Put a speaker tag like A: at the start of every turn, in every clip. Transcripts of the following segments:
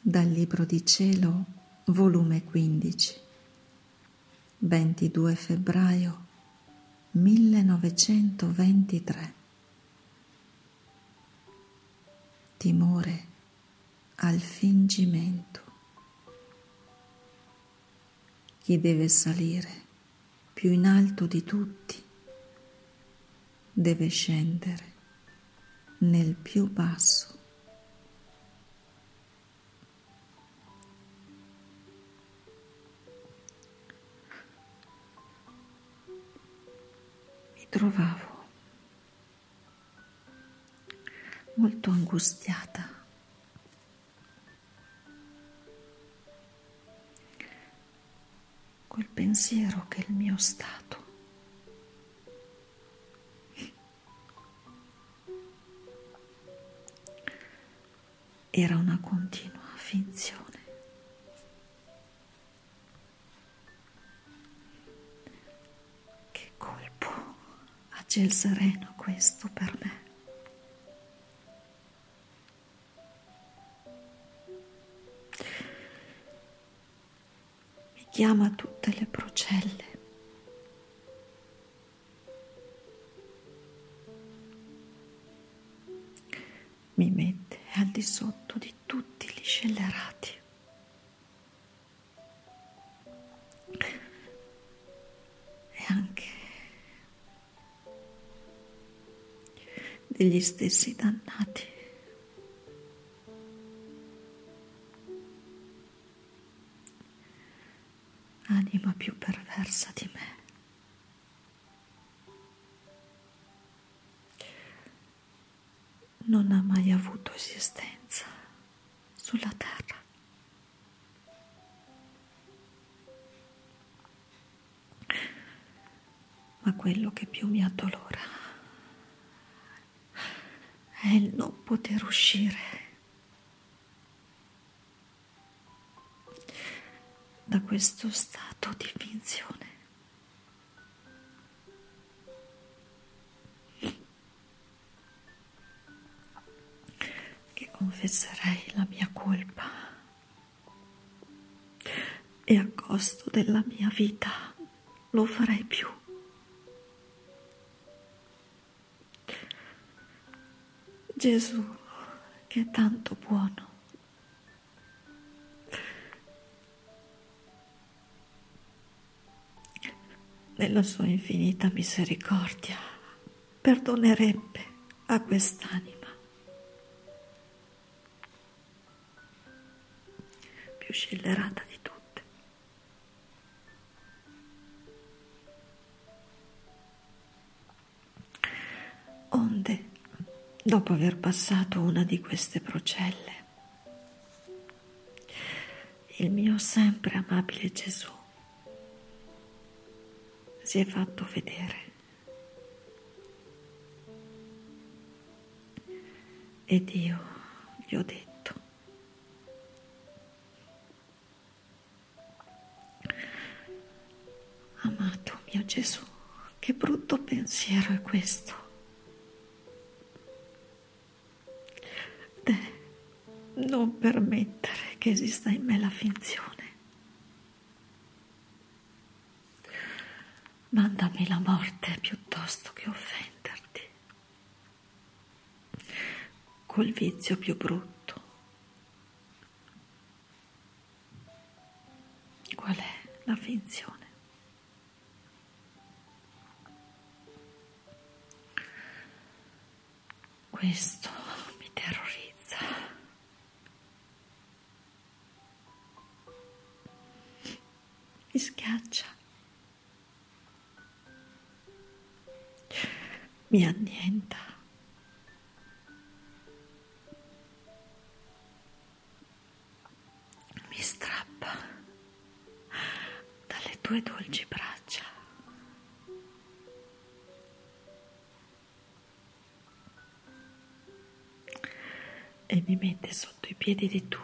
A: Dal Libro di Cielo, volume 15, 22 febbraio 1923. Timore al fingimento. Chi deve salire più in alto di tutti deve scendere nel più basso. Mi trovavo molto angustiata col pensiero che il mio stato era una continua finzione. Che colpo a ciel sereno questo per me. Mi chiama tutte le procelle. Mi mette al di sotto di tutti gli scellerati. E anche degli stessi dannati. Anima più perversa di me. Non ha mai avuto esistenza sulla terra. Ma quello che più mi addolora è il non poter uscire da questo stato di finzione. Che confesserei la mia colpa e a costo della mia vita lo farei più. Gesù, che è tanto buono, nella sua infinita misericordia, perdonerebbe a quest'anima più scellerata di tutte. Onde, dopo aver passato una di queste procelle, il mio sempre amabile Gesù si è fatto vedere ed io gli ho detto: amato mio Gesù, che brutto pensiero è questo. Non permettere che esista in me la finzione. Mandami la morte piuttosto che offenderti col vizio più brutto. Qual è la finzione? Questo mi terrorizza. Mi schiaccia, mi annienta, mi strappa dalle tue dolci braccia e mi mette sotto i piedi di tutti.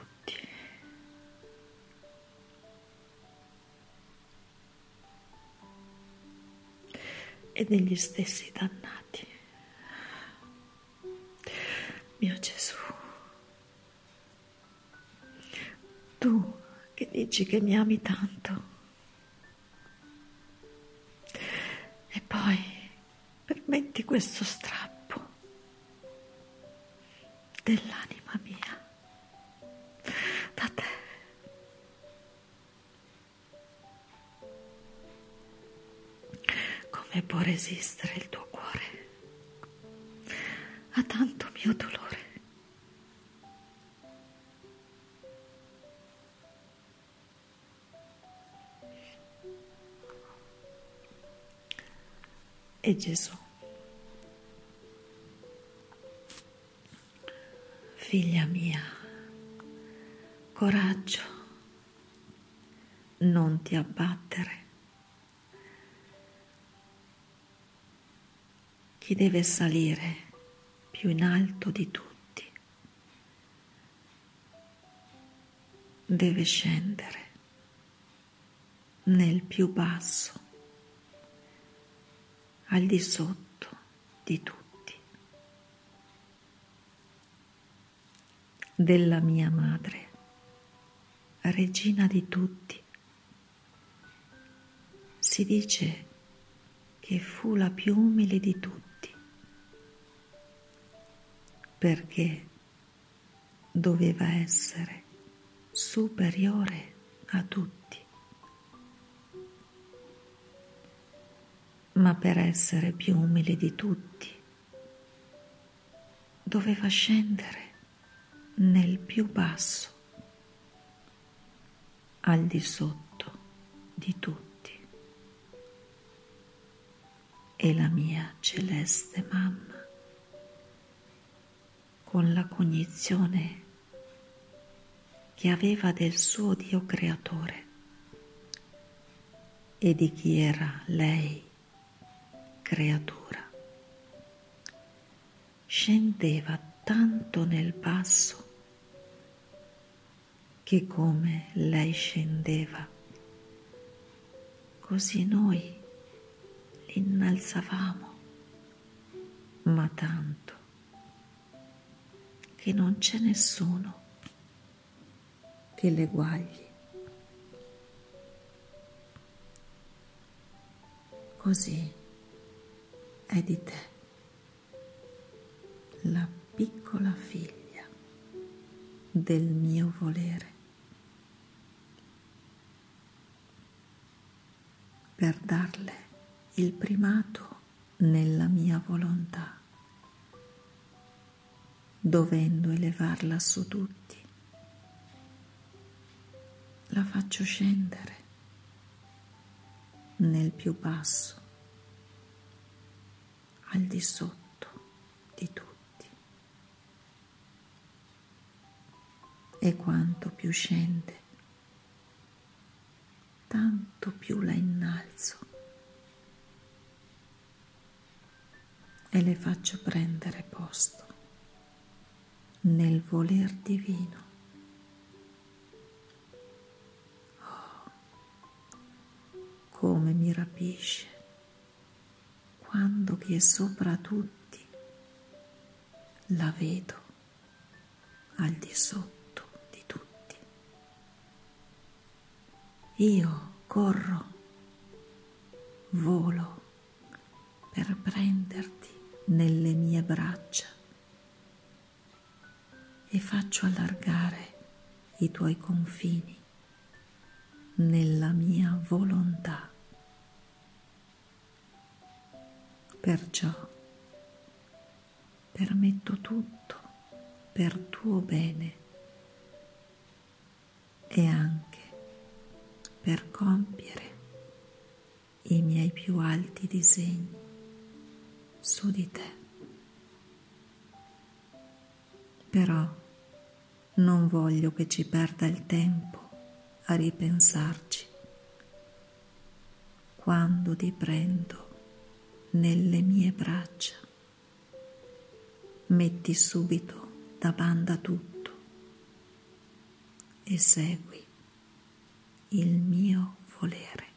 A: E degli stessi dannati. Mio Gesù, Tu che dici che mi ami tanto e poi permetti questo strappo dell'anima mia da te. Come può resistere il tuo cuore a tanto mio dolore? E Gesù: figlia mia, coraggio, non ti abbattere. Chi deve salire più in alto di tutti deve scendere nel più basso, al di sotto di tutti. Della mia madre, regina di tutti, si dice che fu la più umile di tutti, perché doveva essere superiore a tutti. Ma per essere più umile di tutti, doveva scendere nel più basso, al di sotto di tutti. E la mia celeste mamma, con la cognizione che aveva del suo Dio creatore e di chi era lei, creatura, scendeva tanto nel basso che come lei scendeva, così noi l'innalzavamo, ma tanto che non c'è nessuno che le guagli. Così è di te, la piccola figlia del mio volere, per darle il primato nella mia volontà, dovendo elevarla su tutti. La faccio scendere nel più basso, al di sotto di tutti. E quanto più scende, tanto più la innalzo e le faccio prendere posto nel voler divino. Oh, come mi rapisce quando che sopra tutti la vedo al di sotto di tutti. Io corro, volo per prenderti nelle mie braccia e faccio allargare i tuoi confini nella mia volontà. Perciò permetto tutto per tuo bene e anche per compiere i miei più alti disegni su di te. Però non voglio che ci perda il tempo a ripensarci. Quando ti prendo nelle mie braccia, metti subito da banda tutto e segui il mio volere.